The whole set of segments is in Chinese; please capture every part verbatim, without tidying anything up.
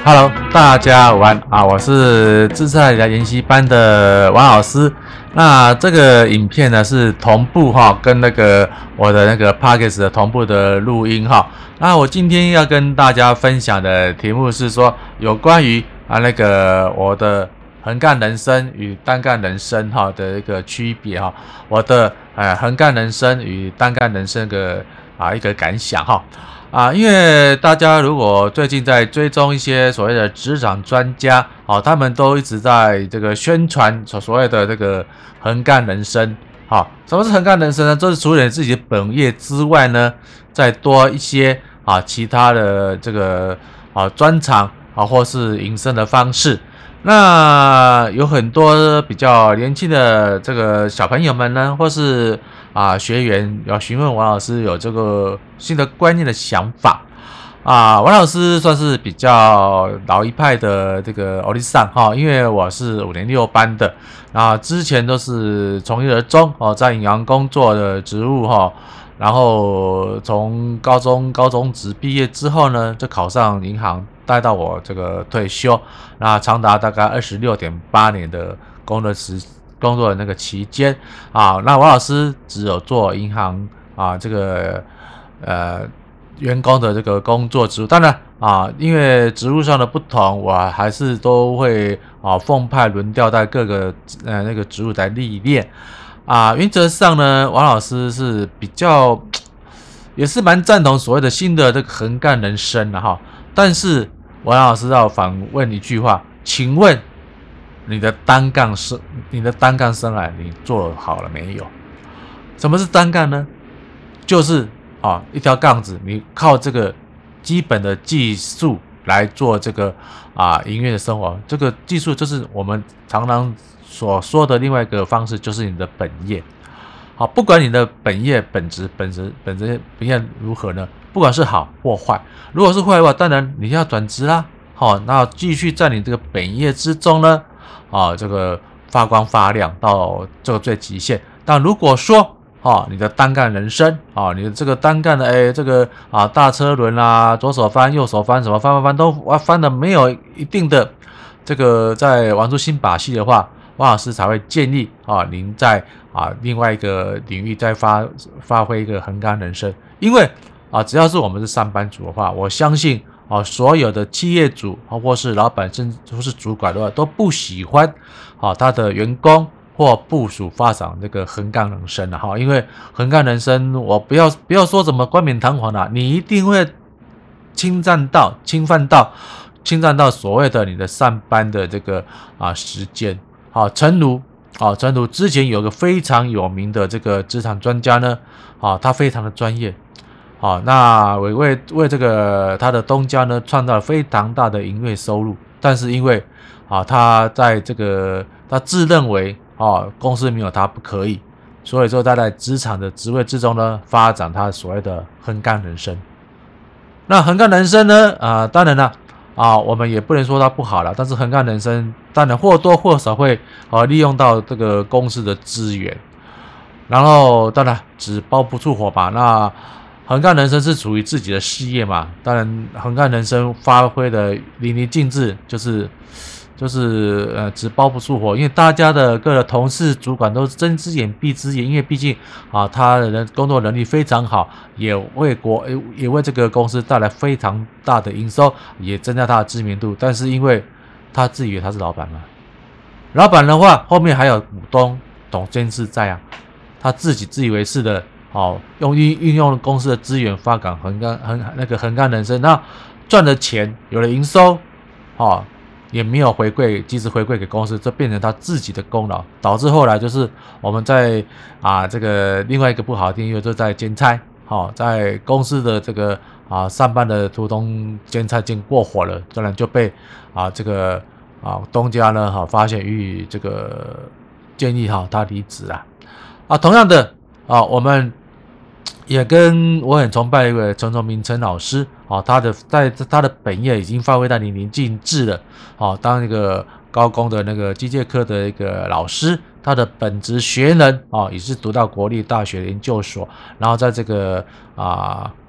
Hello，大家午安啊！我是自在理财研习班的王老师。那这个影片呢是同步哈，跟那个我的那个 Podcast 的同步的录音哈。那我今天要跟大家分享的题目是说，有关于啊那个我的横杠人生与单杠人生哈的一个区别哈，我的呃横杠人生与单杠人生的啊一个感想哈。啊，因为大家如果最近在追踪一些所谓的职场专家，哦，他们都一直在这个宣传所所谓的这个横杠人生。好，什么是横杠人生呢？就是除了你自己的本业之外呢，再多一些啊其他的这个啊专长啊或是营生的方式。那有很多比较年轻的这个小朋友们呢，或是啊学员要询问王老师有这个新的观念的想法啊。王老师算是比较老一派的这个欧丽桑哈，因为我是五年六班的，啊之前都是从一而终哦，在银行工作的职务哈。然后从高中高中职毕业之后呢，就考上银行，待到我这个退休，那长达大概二十六点八年的工作时工作的那个期间啊，那王老师只有做银行啊这个呃员工的这个工作职务，当然啊，因为职务上的不同，我还是都会啊奉派轮调在各个呃那个职务来历练。啊，原则上呢，王老师是比较，也是蛮赞同所谓的新的这个横杠人生的哈。但是王老师要反问一句话，请问你的单杠生，你的单杠生涯你做好了没有？什么是单杠呢？就是啊一条杠子，你靠这个基本的技术来做这个啊营运的生活。这个技术就是我们常常所说的另外一个方式，就是你的本业。好，不管你的本业本质本质本质本业如何呢？不管是好或坏，如果是坏的话，当然你要转职啦。好，那继续在你这个本业之中呢，啊，这个发光发亮到这个最极限。但如果说啊，你的单杠人生啊，你的这个单杠的哎，这个啊大车轮啊，左手翻右手翻，什么翻翻翻都翻的没有一定的这个在玩出新把戏的话，王老师才会建议啊，您在啊另外一个领域再发发挥一个横杠人生。因为啊，只要是我们是上班族的话，我相信啊，所有的企业主啊，或是老板，甚至或是主管的话，都不喜欢啊他的员工或部属发展这个横杠人生的哈。因为横杠人生，我不要不要说怎么冠冕堂皇的，你一定会侵占到、侵犯到、侵占到所谓的你的上班的这个啊时间。好，诚如啊，诚如之前有个非常有名的这个职场专家呢，啊，他非常的专业，啊，那为为为这个他的东家呢创造了非常大的营业收入，但是因为啊他在这个他自认为啊公司没有他不可以，所以说他在职场的职位之中呢发展他所谓的横杠人生。那横杠人生呢，啊，当然了。啊，我们也不能说它不好了，但是横杠人生当然或多或少会啊利用到这个公司的资源，然后当然纸包不住火吧。那横杠人生是属于自己的事业嘛，当然横杠人生发挥的淋漓尽致，就是就是呃纸包不住火，因为大家的各个同事主管都睁只眼闭只眼，因为毕竟啊他的人工作能力非常好，也为国也为这个公司带来非常大的营收，也增加他的知名度。但是因为他自以为他是老板嘛，老板的话后面还有股东董监事在啊，他自己自以为是的哦，用运运用公司的资源发展横杠横那个横杠人生，那赚的钱有了营收哦。也没有回馈，及时回馈给公司，这变成他自己的功劳，导致后来就是我们在啊这个另外一个不好的地方，就在兼差，好、哦，在公司的这个啊上班的途中兼差已经过火了，当然就被啊这个啊东家呢哈、啊、发现予以这个建议哈、啊、他离职啊啊同样的啊我们。也跟我很崇拜一位陈崇明陈老师，哦，他的在他的本业已经发挥到淋漓尽致了，哦，当一个高工的那个机械科的一个老师，他的本职学能，哦，也是读到国立大学研究所，然后在这个啊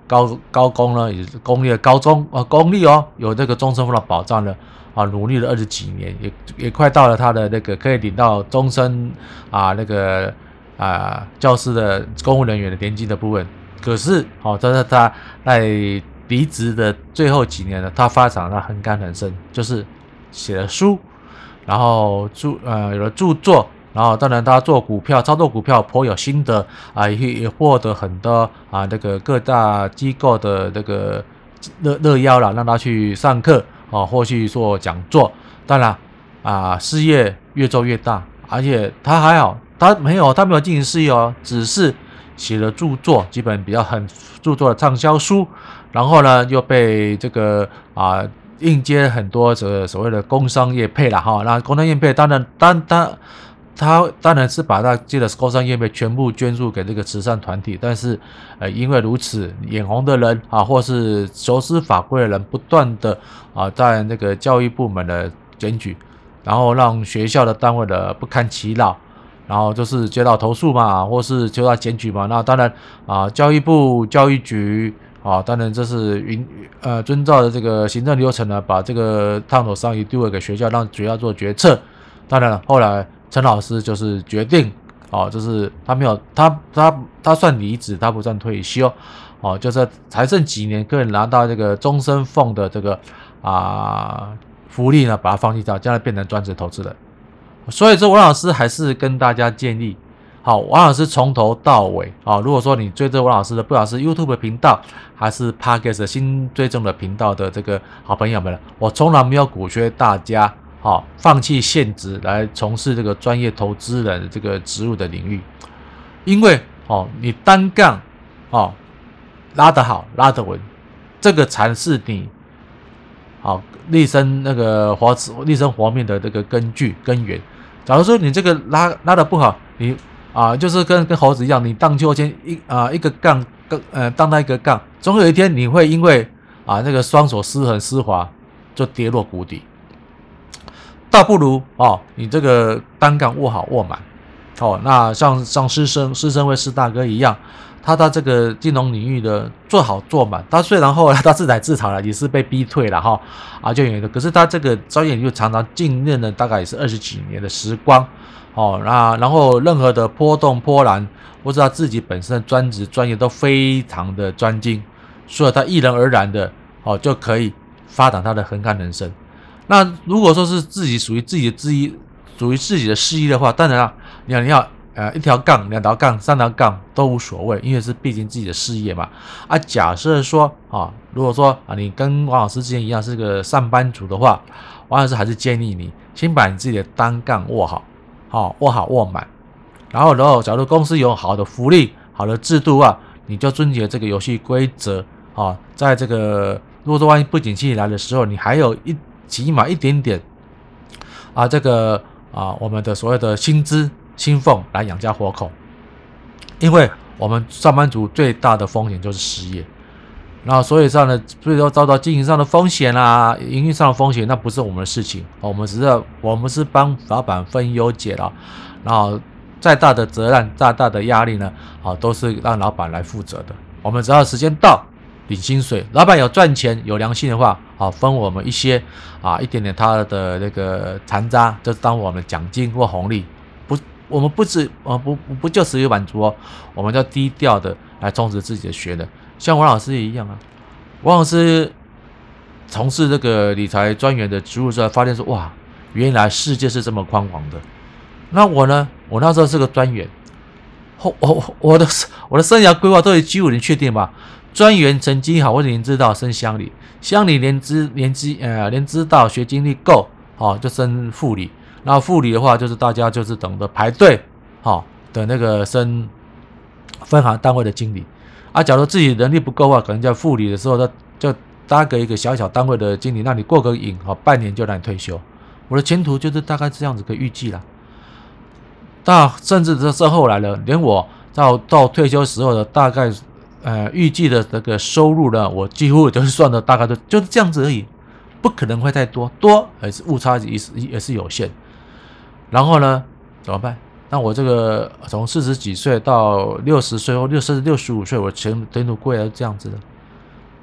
高高工呢，也是公立的高中啊，公立哦，有这个终身俸的保障了啊，努力了二十几年，也也快到了他的那个可以领到终身啊那个啊教师的公务人员的年金的部分。可是哦，但是他在离职的最后几年呢，他发展他很感很深，就是写了书，然后著呃有了著作。然后，当然，他做股票、操作股票颇有心得啊，也也获得很多啊，那个各大机构的那个乐乐邀了，让他去上课啊，或去做讲座。当然啊，事业越做越大，而且他还好，他没有他没有进行事业哦，只是写了著作，基本比较很著作的畅销书，然后呢，又被这个啊应接很多这个所谓的工商业配了哈。那工商业配，当然，当当。他当然是把他记得工商业配全部捐助给这个慈善团体，但是，呃，因为如此，眼红的人啊，或是熟知法规的人，不断的啊，在那个教育部门的检举，然后让学校的单位的不堪其扰，然后就是接到投诉嘛，或是接到检举嘛，那当然啊，教育部教育局啊，当然这是允呃遵照的这个行政流程呢，把这个烫手山芋丢给学校，让学校做决策。当然后来。陈老师就是决定哦，就是他没有他他他算离职，他不算退休哦，就是才剩几年可以拿到这个终身俸的这个啊福利呢，把它放弃掉，将来变成专职投资人。所以这王老师还是跟大家建议，好，王老师从头到尾啊、哦，如果说你追这王老师的，不管是 YouTube 频道还是 Podcast 新追踪的频道的这个好朋友们，我从来没有鼓吹大家。好、哦，放弃现职来从事这个专业投资人这个职务的领域，因为哦，你单杠哦拉得好，拉得稳，这个才是你好、哦、立身那个活立身活命的这个根据根源。假如说你这个拉拉得不好，你啊就是跟跟猴子一样，你荡秋千一啊一个杠杠呃荡到一个杠，总有一天你会因为啊那个双手失衡湿滑，就跌落谷底。倒不如哦，你这个单杠握好握满，哦，那像像施生施生辉施大哥一样，他在这个金融领域的做好做满，他虽然后来他自裁自裁了，也是被逼退了哈，啊就有的，可是他这个专业就常常浸润了大概也是二十几年的时光，哦，那然后任何的波动波澜，或者他自己本身的专职专业都非常的专精，所以他毅然而然的哦就可以发展他的横干人生。那如果说是自己属于自己的事业，属于自己的事业的话，当然啊，你要你要呃一条杠、两条杠、三条杠都无所谓，因为是毕竟自己的事业嘛。啊，假设说啊，如果说啊你跟王老师之前一样是个上班族的话，王老师还是建议你先把你自己的单杠握好，好、哦、握好握满，然后然后假如公司有好的福利、好的制度啊，你就遵循这个游戏规则啊，在这个如果说万一不景气来的时候，你还有一起码一点点啊，这个啊，我们的所谓的薪资薪俸来养家活口，因为我们上班族最大的风险就是失业，然后所以上呢，所以说遭到经营上的风险啊，营运上的风险，那不是我们的事情，我们只是我们是帮老板分忧解劳，然后再大的责任、再大的压力呢，啊，都是让老板来负责的，我们只要时间到。领薪水，老板有赚钱有良心的话，好分我们一些啊一点点他的那个残渣，就当我们奖金或红利。不，我们不止呃不不不就此于满足哦，我们要低调的来充实自己的学能。像王老师也一样啊，王老师从事这个理财专员的职务之后，发现说哇，原来世界是这么宽广的。那我呢，我那时候是个专员，我我我的我的生涯规划都已几乎能确定吧。专员成绩好或者年资到升乡里，乡里年资年资呃年资到学经历够，好、哦、就升副理。那副理的话，就是大家就是等着排队，好、哦、的那个升分行单位的经理。啊，假如自己能力不够的话，可能在副理的时候，就就搭个一个小小单位的经理，让你过个瘾，好、哦、半年就让你退休。我的前途就是大概这样子个预计啦。那甚至这是后来了，连我到到退休时候的大概。呃，预计的这个收入呢，我几乎就是算的大概都就是这样子而已，不可能会太多，多还是误差也是也是有限。然后呢，怎么办？那我这个从四十几岁到六十岁或六甚至六十五岁，我前前途归来是这样子的。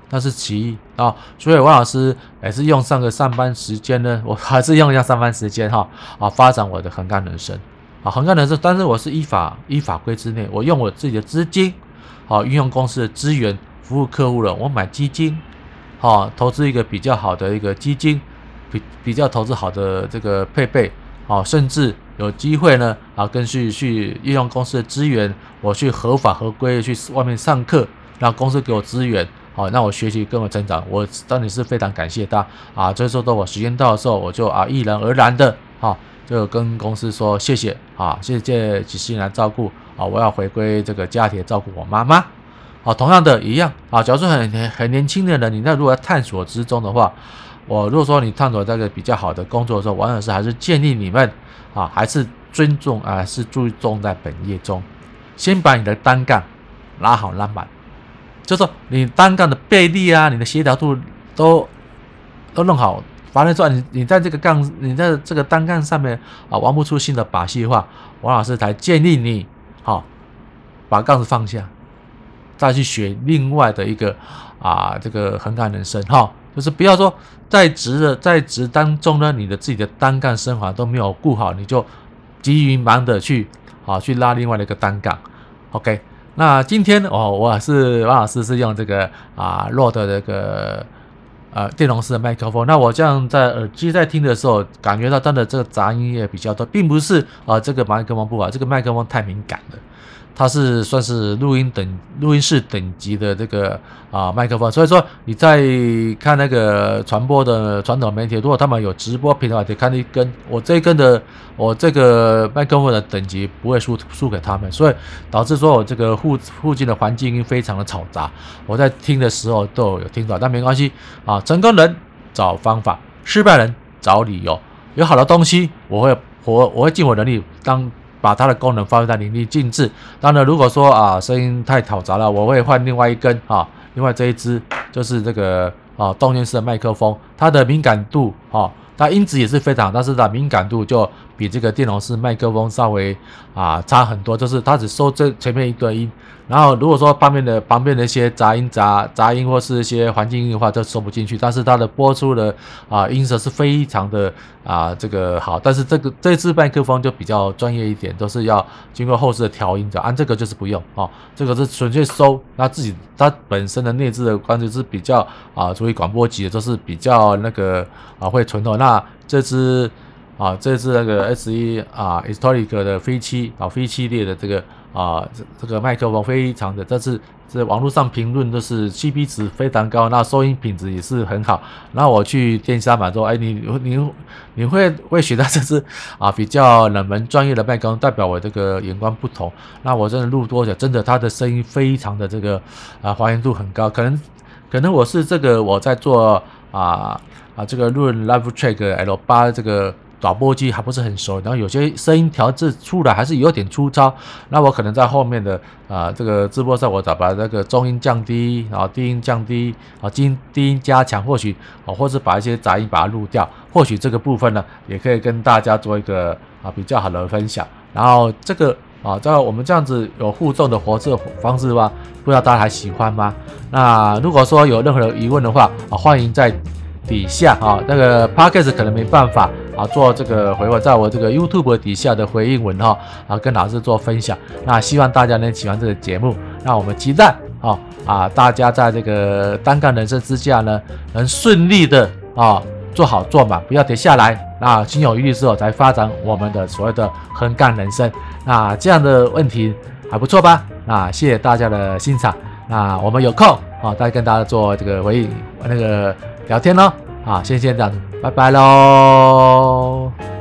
那是其一啊。所以王老师也是用上个上班时间呢，我还是用一下上班时间哈啊，发展我的横杠人生啊，横杠人生。但是我是依法依法规之内，我用我自己的资金，好、啊、运用公司的资源服务客户了。我买基金，好、啊、投资一个比较好的一个基金，比比较投资好的这个配备，好、啊、甚至有机会呢啊，跟去去运用公司的资源，我去合法合规去外面上课，让公司给我资源。好，那我学习跟我成长，我当然是非常感谢他啊。这时候等我时间到的时候，我就啊毅然而然的啊，就跟公司说谢谢啊，谢谢几十年来照顾啊，我要回归这个家庭照顾我妈妈。好，同样的一样啊，假如说很很年轻的人，你那如果要探索之中的话，我如果说你探索这个比较好的工作的时候，王老师还是建议你们啊，还是尊重啊，是注重在本业中，先把你的单杠拉好拉满。就是说你单杠的背力啊，你的协调度都都弄好，反正说你你在这个杠，你在这个单杠上面啊玩不出新的把戏的话，王老师才建议你好、啊、把杠子放下，再去学另外的一个啊这个横杠人生哈、啊，就是不要说在职的在职当中呢，你的自己的单杠生活都没有顾好，你就急于忙的去啊去拉另外的一个单杠 ，OK。那今天哦，我是王老师是用这个啊 Rode 的这个呃电容式的麦克风。那我这样在耳机在听的时候，感觉到它的这个杂音也比较多，并不是啊这个麦克风不好，这个麦克风太敏感了。它是算是录音等录音室等级的这个啊麦克风，所以说你在看那个传播的传统媒体，如果他们有直播频道，得看一根，我这一根的我这个麦克风的等级不会输输给他们，所以导致说我这个附附近的环境音非常的嘈杂，我在听的时候都有听到，但没关系啊，成功人找方法，失败人找理由，有好的东西我会我我会尽我能力当。把它的功能发挥到淋漓尽致。当然，如果说啊声音太嘈杂了，我会换另外一根啊，另外这一支就是这个啊动圈式的麦克风，它的敏感度啊，它音质也是非常好，但是它敏感度就比这个电容式麦克风稍微啊差很多，就是它只收这前面一段音，然后如果说旁边的旁边的一些杂音杂杂音或是一些环境音的话，就收不进去，但是它的播出的啊音色是非常的啊这个好，但是这个这支麦克风就比较专业一点，都是要经过后置的调音的，按、啊、这个就是不用哦，这个是纯粹收它自己它本身的内置的关键是比较啊属于广播级的，都是比较那个啊会存透。那这支啊这支那个 S 一 啊 Historic 的飞七啊飞七列的这个啊这这个麦克风非常的，这是这网络上评论都是 C P 值非常高，那收音品质也是很好。然后我去电商买说，哎你你你会会选到这支啊比较冷门专业的麦克风，代表我这个眼光不同。那我真的录多久，真的它的声音非常的这个啊还原度很高，可能可能我是这个我在做啊啊这个论 Live Track L 八 这个导播机还不是很熟，然后有些声音调制出来还是有点粗糙，那我可能在后面的啊这个直播上，我找把这个中音降低，然后低音降低，啊低音低音加强，或许啊或是把一些杂音把它录掉，或许这个部分呢也可以跟大家做一个啊比较好的分享。然后这个啊在我们这样子有互动的活动方式的话，不知道大家还喜欢吗？那如果说有任何的疑问的话啊，欢迎在底下啊，那个 podcast 可能没办法啊做这个回复，在我这个 YouTube 底下的回应文哈啊跟老师做分享。那希望大家能喜欢这个节目，那我们期待啊啊大家在这个单杠人生之下呢，能顺利的啊做好做满，不要跌下来。那心有余力之后，才发展我们的所谓的横杠人生。那这样的问题还不错吧？那谢谢大家的欣赏。那我们有空啊，再跟大家做这个回应那个聊天咯。啊，先先这样子，拜拜喽。